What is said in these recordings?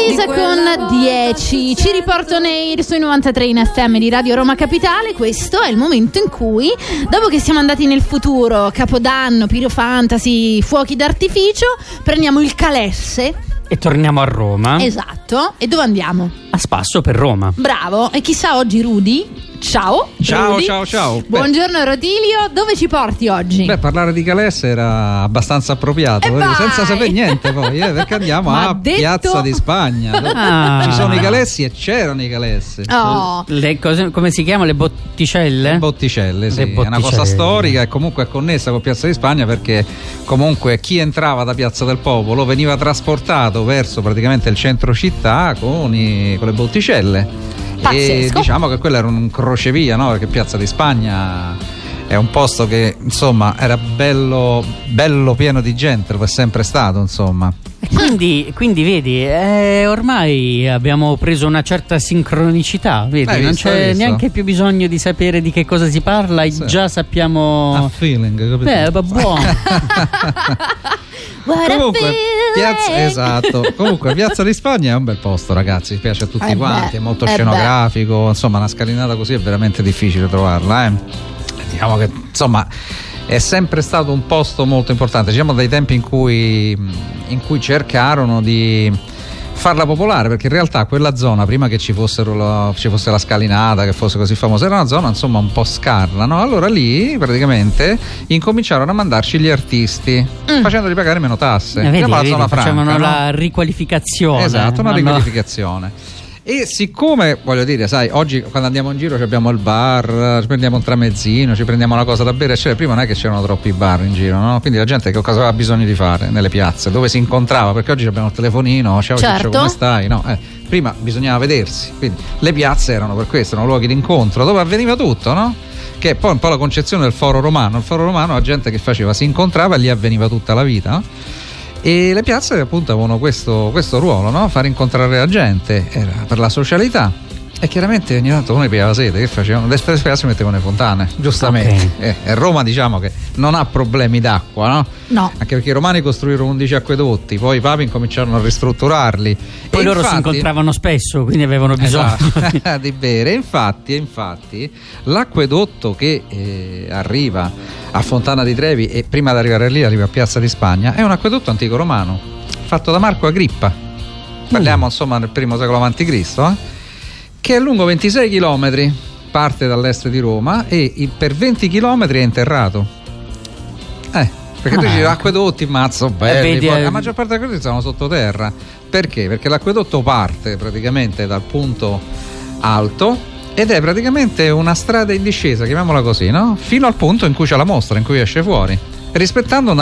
6:10 ci riporto sui 93 in FM di Radio Roma Capitale. Questo è il momento in cui, dopo che siamo andati nel futuro, Capodanno, Pirofantasy, fuochi d'artificio, prendiamo il calesse e torniamo a Roma. Esatto. E dove andiamo? A spasso per Roma. Bravo. E chissà oggi Rudy? Ciao. Ciao. Buongiorno Rodilio, dove ci porti oggi? Parlare di calesse era abbastanza appropriato, senza sapere niente poi, perché andiamo a Piazza di Spagna. Ci sono i calessi e c'erano i calessi. Oh. Le cose, come si chiamano? Le botticelle? Le botticelle, sì. È una cosa storica e comunque è connessa con Piazza di Spagna, perché comunque chi entrava da Piazza del Popolo veniva trasportato verso praticamente il centro città con le botticelle. Pazzesco. E diciamo che quello era un crocevia, no? Perché Piazza di Spagna è un posto che insomma era bello pieno di gente, lo è sempre stato, insomma. Quindi vedi, ormai abbiamo preso una certa sincronicità, vedi, non c'è neanche più bisogno di sapere di che cosa si parla, sì. Già sappiamo. A feeling, capito? Buono. Comunque Piazza di Spagna è un bel posto, ragazzi, piace a tutti quanti, è molto scenografico, insomma una scalinata così è veramente difficile trovarla, Diciamo che insomma è sempre stato un posto molto importante, diciamo dai tempi in cui cercarono di farla popolare, perché in realtà quella zona, prima che ci fosse la scalinata, che fosse così famosa, era una zona insomma un po' scarna, no? Allora lì praticamente incominciarono a mandarci gli artisti facendoli pagare meno tasse. Vedi, la zona franca, facevano no? La riqualificazione. Esatto, una riqualificazione. E siccome, voglio dire, sai, oggi quando andiamo in giro abbiamo il bar, ci prendiamo un tramezzino, ci prendiamo una cosa da bere, prima non è che c'erano troppi bar in giro, no? Quindi la gente che cosa aveva bisogno di fare nelle piazze, dove si incontrava, perché oggi abbiamo il telefonino, ciao certo. Ciccio, come stai? No, prima bisognava vedersi, quindi le piazze erano per questo, erano luoghi di incontro dove avveniva tutto, no? Che è poi un po' la concezione del Foro Romano. Il Foro Romano la gente che faceva si incontrava e lì avveniva tutta la vita, no? E le piazze appunto avevano questo ruolo, no? Far incontrare la gente, era per la socialità. E chiaramente ogni tanto uno pigliava sete, che facevano? Le piazze mettevano le fontane, giustamente. Okay. E Roma diciamo che non ha problemi d'acqua, no? No. Anche perché i romani costruirono 11 acquedotti, poi i papi incominciarono a ristrutturarli. Poi loro si incontravano spesso, quindi avevano bisogno di bere. Infatti l'acquedotto che arriva a Fontana di Trevi e prima di arrivare lì arriva a Piazza di Spagna è un acquedotto antico romano fatto da Marco Agrippa. Parliamo insomma del primo secolo a.C., che è lungo 26 km, parte dall'est di Roma e per 20 km è interrato. Perché tu dici acquedotti, mazzo, belli, la maggior parte degli acquedotti sono sottoterra. Perché? Perché l'acquedotto parte praticamente dal punto alto ed è praticamente una strada in discesa, chiamiamola così, no? Fino al punto in cui c'è la mostra, in cui esce fuori, rispettando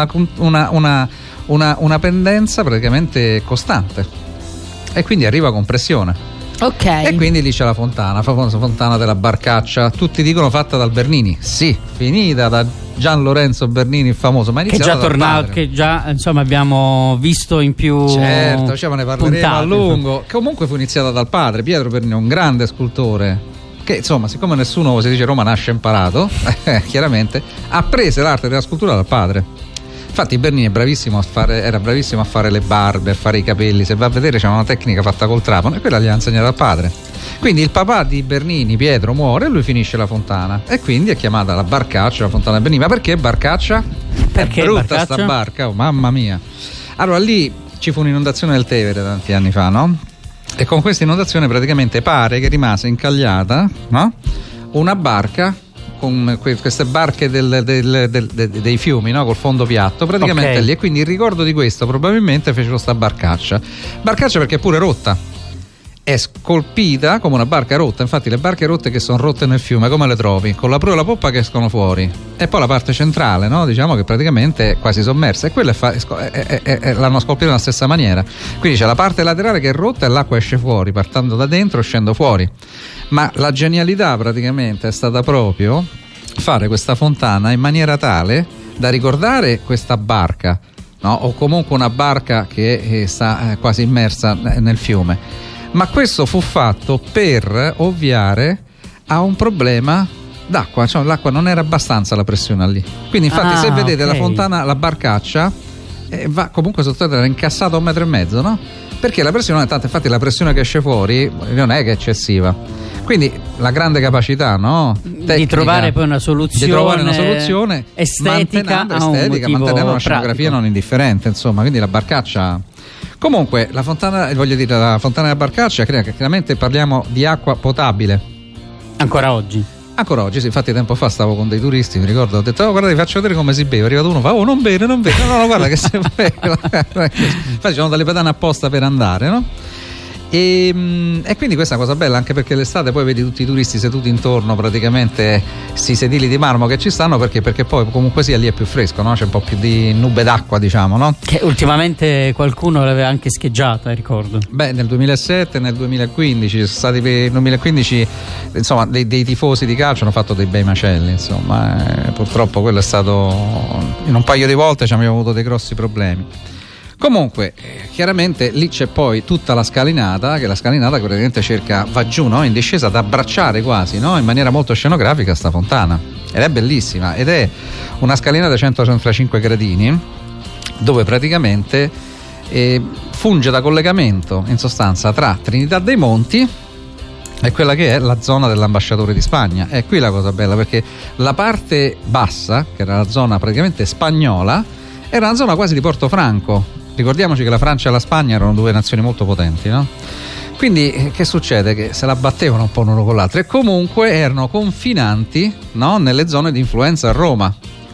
una pendenza praticamente costante. E quindi arriva con pressione. Ok. E quindi lì c'è la fontana, famosa fontana della Barcaccia, tutti dicono fatta dal Bernini, sì, finita da Gian Lorenzo Bernini, il famoso, ma che già tornato, che già insomma abbiamo visto in più. Certo, ne parleremo puntate, a lungo. Comunque fu iniziata dal padre, Pietro Bernini, un grande scultore, che insomma, siccome nessuno, si dice Roma nasce imparato, chiaramente ha preso l'arte della scultura dal padre. Infatti Bernini era bravissimo a fare le barbe, a fare i capelli, se va a vedere c'è una tecnica fatta col trapano e quella gli ha insegnato al padre. Quindi il papà di Bernini, Pietro, muore e lui finisce la fontana e quindi è chiamata la Barcaccia, la fontana Bernini. Ma perché Barcaccia? Perché è brutta Barcaccia? Sta barca, oh, mamma mia. Allora lì ci fu un'inondazione del Tevere tanti anni fa, no? E con questa inondazione praticamente pare che rimase incagliata, no? Una barca con queste barche dei fiumi, no? Col fondo piatto praticamente lì, e quindi in ricordo di questo probabilmente fecero sta barcaccia perché è pure rotta, è scolpita come una barca rotta. Infatti le barche rotte che sono rotte nel fiume come le trovi? Con la prua e la poppa che escono fuori e poi la parte centrale, no? Diciamo che praticamente è quasi sommersa, e quella l'hanno scolpita nella stessa maniera. Quindi c'è la parte laterale che è rotta e l'acqua esce fuori partendo da dentro, scendo fuori. Ma la genialità praticamente è stata proprio fare questa fontana in maniera tale da ricordare questa barca, no? O comunque una barca che sta quasi immersa nel fiume. Ma questo fu fatto per ovviare a un problema d'acqua, cioè l'acqua non era abbastanza la pressione lì. Quindi infatti se vedete la fontana, la barcaccia va comunque sottoterra, era incassata 1,5 metri, no? perché la pressione è tanta, infatti la pressione che esce fuori non è che è eccessiva, quindi la grande capacità, no? Tecnica, di trovare poi una soluzione estetica, mantenendo una scenografia non indifferente, insomma, quindi la barcaccia. Comunque la fontana della Barcaccia, chiaramente parliamo di acqua potabile ancora oggi, sì, infatti tempo fa stavo con dei turisti, mi ricordo, ho detto guarda, vi faccio vedere come si beve, è arrivato uno, fa non beve, no guarda che si beve. Infatti c'erano delle pedane apposta per andare, no? E quindi questa è una cosa bella, anche perché l'estate poi vedi tutti i turisti seduti intorno praticamente sti sedili di marmo che ci stanno, perché poi comunque sia lì è più fresco, no? C'è un po' più di nube d'acqua, diciamo, no? Che ultimamente qualcuno l'aveva anche scheggiata, ricordo. Beh, nel 2007, nel 2015 nel 2015 insomma dei tifosi di calcio hanno fatto dei bei macelli, insomma, purtroppo quello è stato, in un paio di volte ci abbiamo avuto dei grossi problemi. Comunque, chiaramente lì c'è poi tutta la scalinata, che praticamente va giù, no? In discesa, ad abbracciare quasi, no? In maniera molto scenografica sta fontana, ed è bellissima, ed è una scalinata da 135 gradini, dove praticamente funge da collegamento in sostanza tra Trinità dei Monti e quella che è la zona dell'ambasciatore di Spagna. E qui la cosa bella, perché la parte bassa, che era la zona praticamente spagnola, era una zona quasi di Portofranco. Ricordiamoci che la Francia e la Spagna erano due nazioni molto potenti, no? Quindi che succede? Che se la battevano un po' l'uno con l'altro, e comunque erano confinanti, no? Nelle zone di influenza a Roma.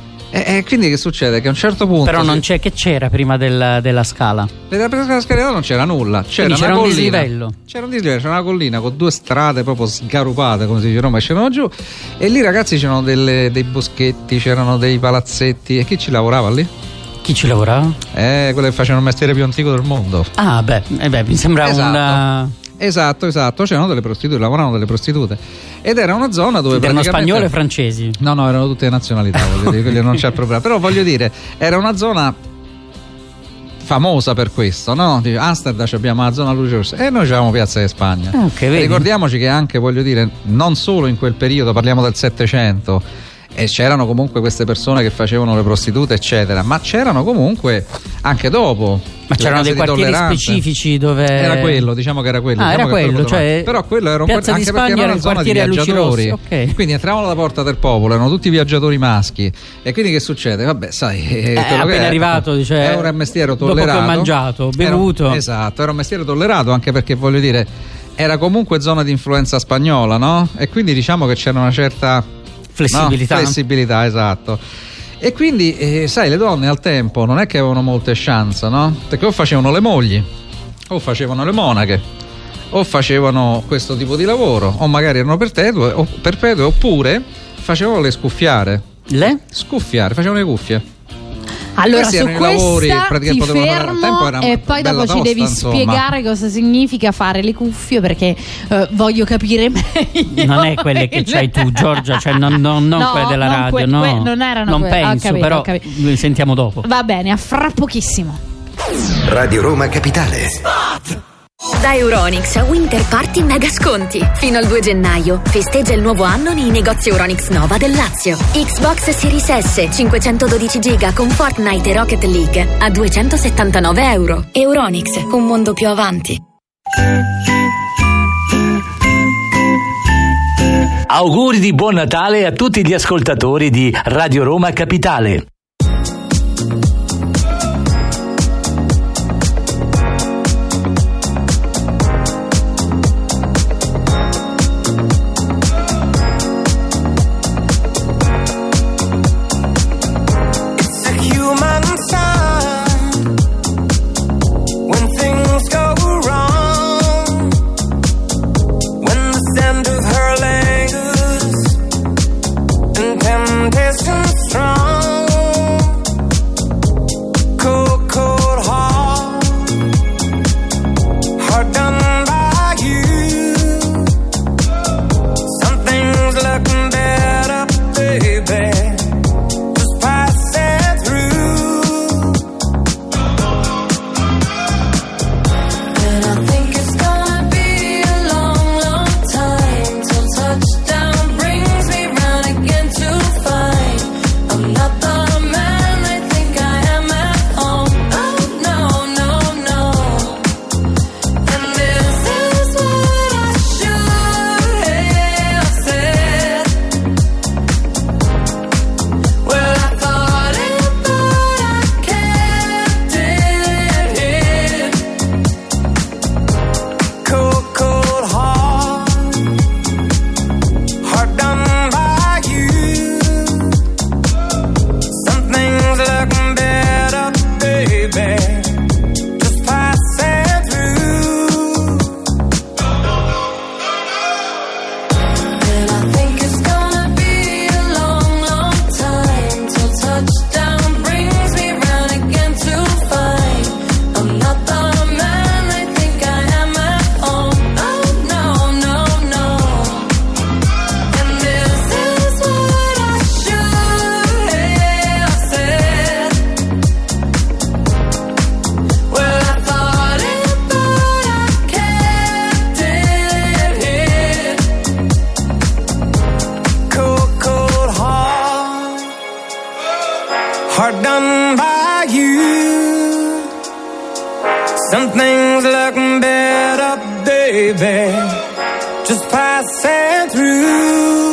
E quindi che succede? Che a un certo punto... Però non c'è, che c'era prima della scala? Della scala non c'era nulla, c'era un dislivello. C'era una collina con due strade proprio sgarupate, come si dice a Roma, e scendevano giù, e lì ragazzi c'erano dei boschetti, c'erano dei palazzetti, e chi ci lavorava lì? Chi ci lavorava? Quello che facevano il mestiere più antico del mondo. Ah, beh, mi sembra Esatto, c'erano delle prostitute, lavoravano delle prostitute. Ed era una zona dove erano spagnole e francesi. No, erano tutte nazionalità, voglio dire, quindi non c'è problema. Però voglio dire, era una zona famosa per questo, no? Amsterdam abbiamo la zona luce rossa e noi avevamo Piazza di Spagna. Okay, ricordiamoci che anche, voglio dire, non solo in quel periodo, parliamo del 700, e c'erano comunque queste persone che facevano le prostitute, eccetera, ma c'erano comunque anche dopo. Ma c'erano dei quartieri specifici dove era quello, diciamo che era quello. Era quello, cioè però quello era un Piazza di Spagna, era una zona di viaggiatori. Okay. Quindi entravano alla Porta del Popolo, erano tutti viaggiatori maschi. E quindi che succede? Vabbè, sai, quello che è arrivato, dice, era un mestiere tollerato. Dopo che ho mangiato, bevuto. Esatto, era un mestiere tollerato, anche perché, voglio dire, era comunque zona di influenza spagnola, no? E quindi diciamo che c'era una certa flessibilità, esatto. E quindi sai, le donne al tempo non è che avevano molte chance, no? Perché o facevano le mogli, o facevano le monache, o facevano questo tipo di lavoro, o magari erano perpetue, oppure facevano le scuffiare, facevano le cuffie. Allora su questa ti fermo e poi dopo ci devi spiegare cosa significa fare le cuffie, perché voglio capire meglio. Non è quelle che c'hai tu, Giorgia, cioè non quelle della radio, non erano quelle. Penso, però le sentiamo dopo. Va bene, a fra pochissimo. Radio Roma Capitale. Da Euronics Winter Party mega sconti. Fino al 2 gennaio festeggia il nuovo anno nei negozi Euronics Nova del Lazio. Xbox Series S 512 GB con Fortnite e Rocket League a €279. Euronics, un mondo più avanti. Auguri di buon Natale a tutti gli ascoltatori di Radio Roma Capitale. Strong Some things look better, baby, just passing through.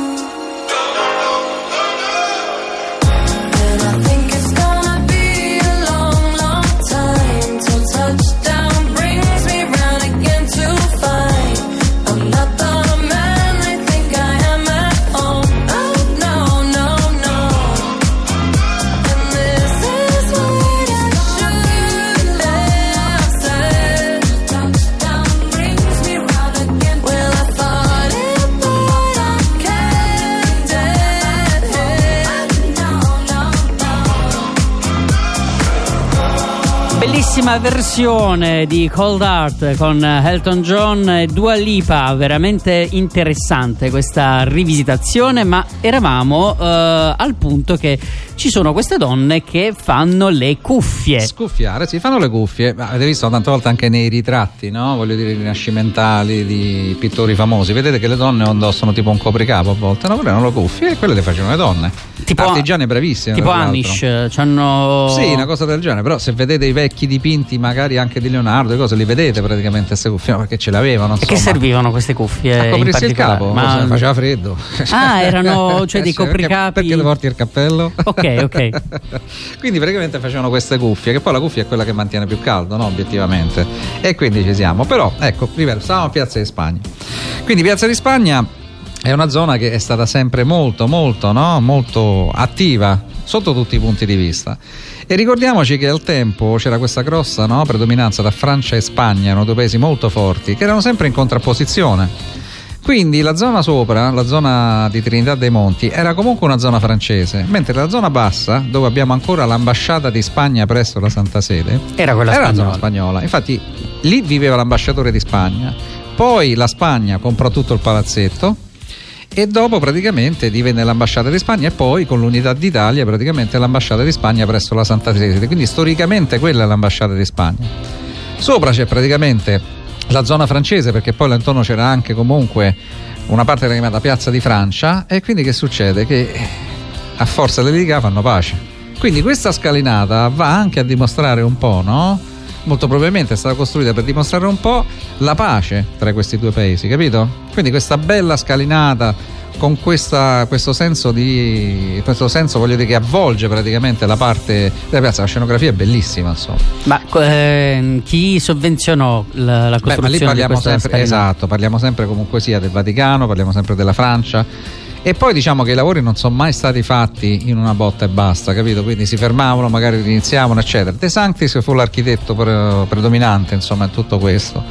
Bellissima versione di Cold Heart con Elton John e Dua Lipa, veramente interessante questa rivisitazione, ma eravamo al punto che ci sono queste donne che fanno le cuffie. Scuffiare, sì, fanno le cuffie. Avete visto tante volte anche nei ritratti, no? Voglio dire, rinascimentali di pittori famosi. Vedete che le donne indossano tipo un copricapo a volte, no? Volevano le cuffie e quelle le facevano le donne. Tipo artigiane bravissime. Tipo Anish, c'hanno... Sì, una cosa del genere, però se vedete i vecchi dipinti magari anche di Leonardo e cose, li vedete praticamente queste cuffie, no? Perché ce l'avevano, insomma. E che servivoni queste cuffie? A coprirsi il capo, ma faceva freddo. Ah, erano cioè dei copricapi. Perché le porti il cappello? Ok. Quindi praticamente facevano queste cuffie, che poi la cuffia è quella che mantiene più caldo, no? Obiettivamente. E quindi ci siamo. Però ecco, ripeto, stavamo a Piazza di Spagna. Quindi Piazza di Spagna è una zona che è stata sempre molto attiva sotto tutti i punti di vista. E ricordiamoci che al tempo c'era questa grossa, no, predominanza tra Francia e Spagna, erano due paesi molto forti che erano sempre in contrapposizione. Quindi la zona sopra, la zona di Trinità dei Monti, era comunque una zona francese, mentre la zona bassa, dove abbiamo ancora l'ambasciata di Spagna presso la Santa Sede, era la zona spagnola. Infatti lì viveva l'ambasciatore di Spagna, poi la Spagna comprò tutto il palazzetto e dopo praticamente divenne l'ambasciata di Spagna e poi con l'unità d'Italia praticamente l'ambasciata di Spagna presso la Santa Sede, quindi storicamente quella è l'ambasciata di Spagna. Sopra c'è praticamente la zona francese, perché poi là intorno c'era anche comunque una parte che era chiamata Piazza di Francia, e quindi che succede? Che a forza le litigate fanno pace. Quindi questa scalinata va anche a dimostrare un po', no? Molto probabilmente è stata costruita per dimostrare un po' la pace tra questi due paesi, capito? Quindi questa bella scalinata con questo senso voglio dire che avvolge praticamente la parte della piazza. La scenografia è bellissima, insomma. Ma chi sovvenzionò la costruzione? Ma lì parliamo di sempre, esatto, parliamo sempre comunque sia del Vaticano, parliamo sempre della Francia. E poi diciamo che i lavori non sono mai stati fatti in una botta e basta, capito? Quindi si fermavano, magari iniziavano, eccetera. De Sanctis fu l'architetto predominante, insomma, in tutto questo.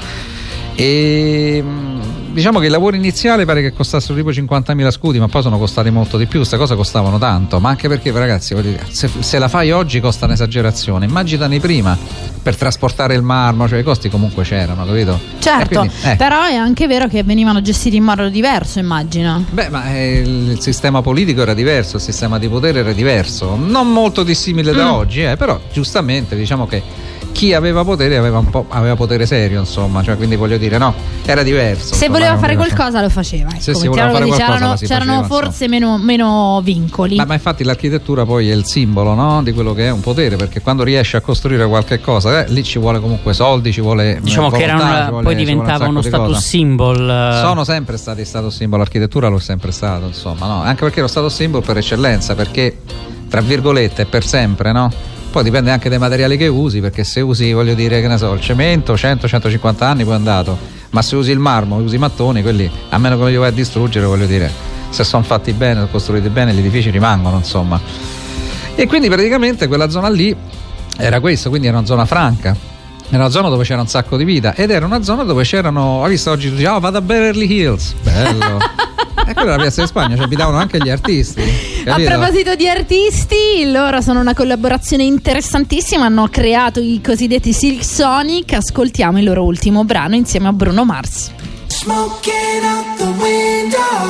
E diciamo che i lavori iniziali pare che costassero tipo 50.000 scudi, ma poi sono costati molto di più. Queste cose costavano tanto, ma anche perché, ragazzi, se la fai oggi costa un'esagerazione, immaginane prima per trasportare il marmo, cioè i costi comunque c'erano, capito? Certo, quindi, però è anche vero che venivano gestiti in modo diverso, immagino. Beh, ma il sistema politico era diverso, il sistema di potere era diverso, non molto dissimile da oggi, però giustamente diciamo che chi aveva potere aveva potere serio, insomma, cioè, quindi voglio dire, no, era diverso. Se voleva fare qualcosa lo faceva, ecco. Se si voleva fare qualcosa c'erano forse meno vincoli. Ma infatti l'architettura poi è il simbolo, no, di quello che è un potere, perché quando riesci a costruire qualche cosa, lì ci vuole comunque soldi, ci vuole, diciamo, volontà, poi diventava uno status symbol. Sono sempre stati status symbol, l'architettura lo è sempre stato, insomma, no? Anche perché lo status symbol per eccellenza, perché tra virgolette è per sempre, no? Poi dipende anche dai materiali che usi, perché se usi, voglio dire, che ne so, il cemento 100-150 anni poi è andato, ma se usi il marmo, usi i mattoni, quelli, a meno che li vai a distruggere, voglio dire, se sono fatti bene, sono costruiti bene, gli edifici rimangono, insomma. E quindi praticamente quella zona lì era questo, quindi era una zona franca, era una zona dove c'era un sacco di vita, ed era una zona dove c'erano, hai visto oggi tu dici, vado a Beverly Hills, bello. E quella è la Piazza di Spagna, ci abitavano anche gli artisti, capito? A proposito di artisti, loro sono una collaborazione interessantissima, hanno creato i cosiddetti Silk Sonic. Ascoltiamo il loro ultimo brano insieme a Bruno Mars. Smoking out the window.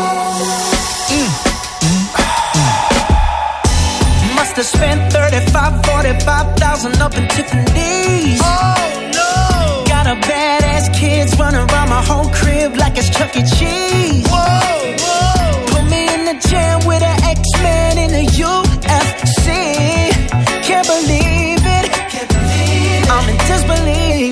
Must have spent 45,000 up in Tiffany's. Oh no. Got a badass kids running around my whole crib like it's Chuck E. Cheese. Whoa, whoa. Put me in the jam with an X-Men in the UFC. Can't believe it. I'm in disbelief.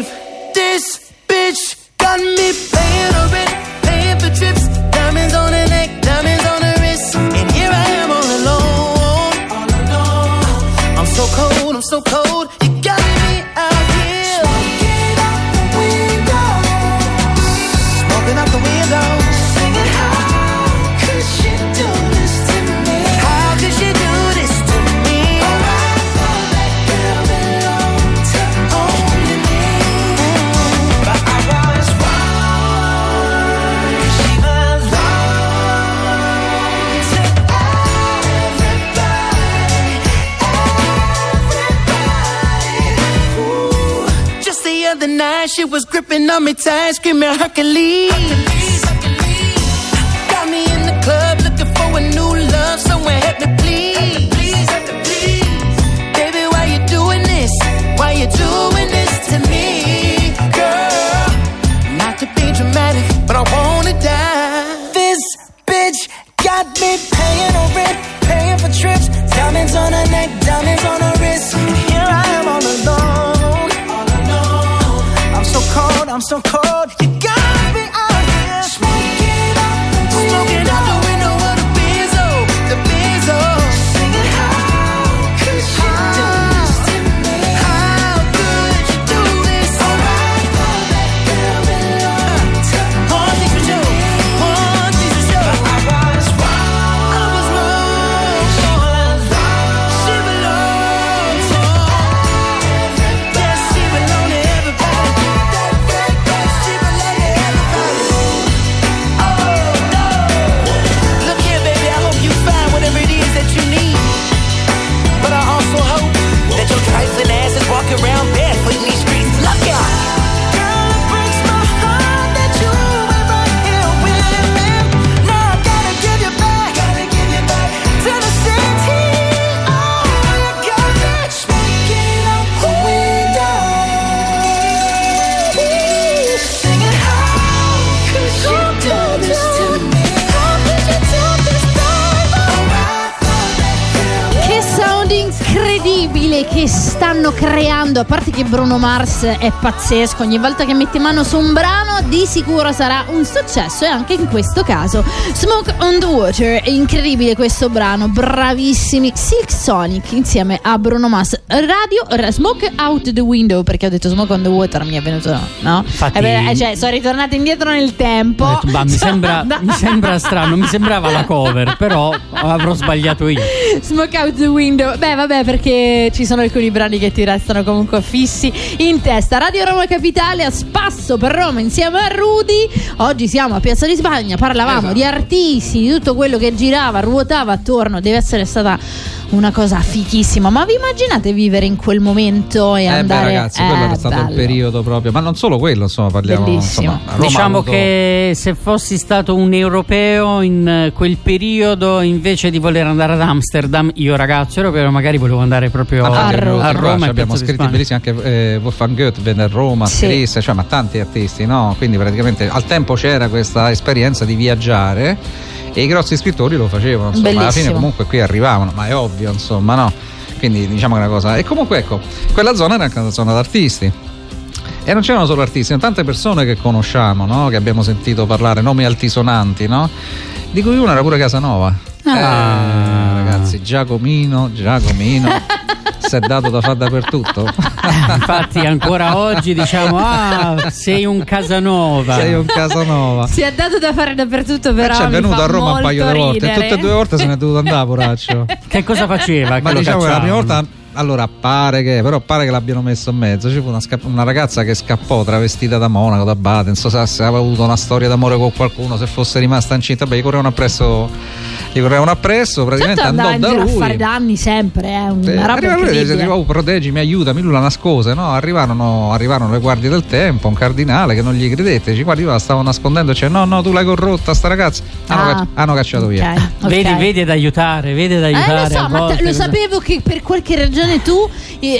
the night, she was gripping on me tight, screaming Hercules. Got me in the club looking for a new love, someone help me please. Baby, why you doing this? Why you doing this to me, girl? Not to be dramatic, but I wanna die. This bitch got me paying her rent, paying for trips, diamonds on her neck, diamonds on her wrist. Here I am all alone, all alone. I'm so cold. You got me out here smoking out the window of the Benzo, singing how could you do this to me? How could you do this? Alright, all that girl belong to me. One thing for sure. I was wrong. She belongs to everybody. Yes, she belongs to everybody. She belongs to everybody. Oh no. Look here, baby, I hope you find whatever it is that you need. But I also hope that your trifling ass is walking around barefoot in these streets. Look out! Girl, it breaks my heart that you ain't right here with me. Now I gotta give you back to the city. Oh, you got me smoking out the window, singing how could you do this to me? How could you do this, baby? Alright, Che sound incredibile che stanno creando. A parte che Bruno Mars è pazzesco, ogni volta che mette mano su un brano di sicuro sarà un successo, e anche in questo caso Smoke on the Water. È incredibile questo brano, bravissimi Silk Sonic insieme a Bruno Mars. Smoke Out the Window, perché ho detto Smoke on the Water, mi è venuto, no? Infatti, cioè sono ritornata indietro nel tempo. ho detto, mi sembra strano, mi sembrava la cover, però avrò sbagliato io. Smoke Out the Window. Beh, vabbè, perché ci sono alcuni brani che ti restano comunque fissi in testa. Radio Roma Capitale a spasso per Roma insieme a Rudy. Oggi siamo a Piazza di Spagna, parlavamo di artisti, di tutto quello che girava, ruotava attorno. Deve essere stata una cosa fichissima. Ma vi immaginate vivere in quel momento e andare? Beh, ragazzi, quello è stato bello. il periodo proprio, ma non solo quello, insomma, parliamo. Bellissimo. Insomma, Roma Diciamo ha avuto- che se fossi stato un europeo in quel periodo, invece di voler andare ad Amsterdam, io ragazzo europeo magari volevo andare proprio Ma a anche Roma, qua e abbiamo Piazza di scritti Spagna. bellissimi, anche Wolfgang Goethe venne a Roma, Sì. scrisse, cioè, ma tanti artisti, no? Quindi praticamente al tempo c'era questa esperienza di viaggiare e i grossi scrittori lo facevano, insomma, alla Bellissimo. fine comunque qui arrivavano, ma è ovvio, insomma, no? Quindi diciamo che è una cosa. E comunque ecco, quella zona era anche una zona d'artisti. E non c'erano solo artisti, erano tante persone che conosciamo, no? Che abbiamo sentito parlare, nomi altisonanti, no? Di cui una era pure Casanova. Ragazzi, Giacomino si è dato da fare dappertutto. Infatti ancora oggi diciamo sei un Casanova. Sei un Casanova. Si è dato da fare dappertutto, però Ci è mi venuto fa a Roma un molto paio di volte, ridere. tutte e 2 volte se ne è dovuto andare, poraccio. Che cosa faceva? Ma Che lo diciamo che la prima cacciavano? volta, allora pare che l'abbiano messo in mezzo. Ci fu una ragazza che scappò travestita da monaco, da abate, non so se aveva avuto una storia d'amore con qualcuno, se fosse rimasta incinta. Beh, gli correvano appresso, praticamente Certo, andò andava in da giro a lui. fare danni sempre, una roba Arriva lui e incredibile. diceva, oh, proteggimi, aiutami, lui la nascose, no? Arrivarono le guardie del tempo, un cardinale che non gli credette, dice, guardi, io la stavo nascondendo, cioè no, tu l'hai corrotta sta ragazza, hanno cacciato via. Ok. Vedi ad aiutare, Lo so, a ma volte, lo sapevo che per qualche ragione tu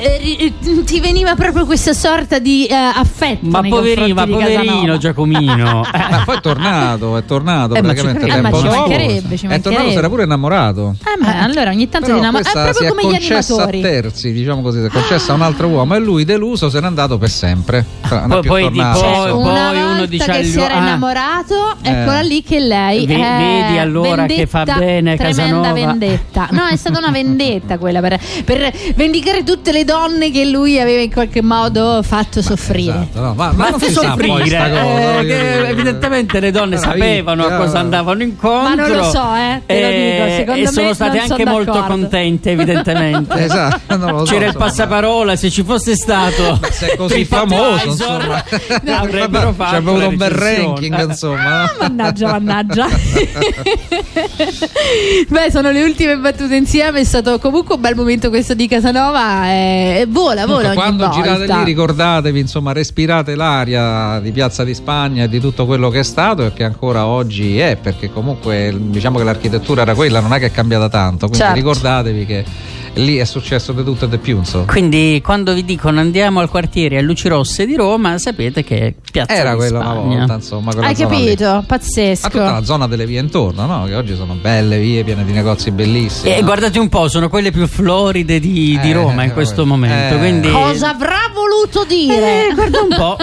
ti veniva proprio questa sorta di affetto. Ma nei poverino confronti di Casanova. Giacomino. Ma poi è tornato ma praticamente ci tempo mancherebbe, dopo. ci mancherebbe. È tornato, si era pure innamorato. Ma allora ogni tanto Però è questa proprio si come è gli concessa a animatori. terzi, diciamo così, si è concessa a un altro uomo e lui deluso se n'è andato per sempre. Non è più Poi tornato. Cioè, una poi uno volta dice che si era innamorato, eccola lì che lei Vedi allora che fa bene tremenda Casanova. vendetta. No, è stata una vendetta quella per vendicare tutte le donne che lui aveva in qualche modo fatto soffrire. Esatto, no, ma Ma non che si sa poi soffrire, sta cosa, voglio dire. evidentemente le donne Bravissima. sapevano a cosa andavano incontro. Ma non lo so, te lo dico, secondo e me sono state non anche sono molto d'accordo. contente, evidentemente. Esatto, non lo so, C'era il insomma. passaparola, se ci fosse stato Se è così TripAdvisor, famoso, insomma. avrebbero fatto C'è avuto la un bel recensione. ranking, insomma. no? Mannaggia. Beh, sono le ultime battute insieme. È stato comunque un bel momento questo di Casanova vola ogni quando volta. girate lì ricordatevi, insomma, respirate l'aria di Piazza di Spagna e di tutto quello che è stato e che ancora oggi è, perché comunque diciamo che l'architettura era quella, non è che è cambiata tanto, quindi ricordatevi che lì è successo di tutto e di più, insomma. Quindi quando vi dicono andiamo al quartiere a Luci Rosse di Roma, sapete che Piazza era di quella Spagna. una volta, insomma. Hai capito? Pazzesco. A tutta la zona delle vie intorno, no? Che oggi sono belle vie piene di negozi bellissimi. E guardate un po', sono quelle più floride di Roma in questo momento. Quindi... Cosa avrà voluto dire? Guarda un po'.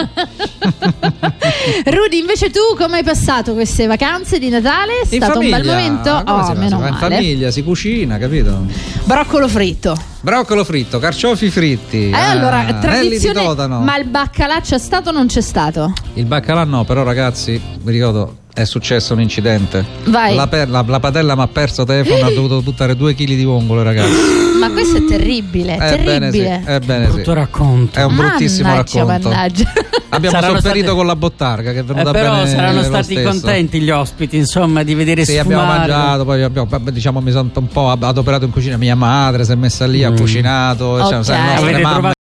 Rudy, invece tu come hai passato queste vacanze di Natale? È stato un bel momento? Meno male. In famiglia, si cucina, capito? Broccolo fritto. Broccolo fritto, carciofi fritti. Allora, anelli di tradizione. totano. Ma il baccalà c'è stato o non c'è stato? Il baccalà no, però ragazzi, vi ricordo, è successo un incidente. Vai. La padella mi ha perso telefono, ha dovuto buttare 2 kg di vongole, ragazzi. Ma questo è terribile, terribile. Ebbene brutto racconto. È un bruttissimo racconto. Mannaggia. Abbiamo sopperito con la bottarga che è venuta bene. Però saranno lo stati stesso. contenti gli ospiti, insomma, di vedere Sì, sfumare. abbiamo mangiato, poi mi sono un po' adoperato in cucina. Mia madre si è messa lì, ha cucinato. Okay. Cioè, le nostre Avete mamme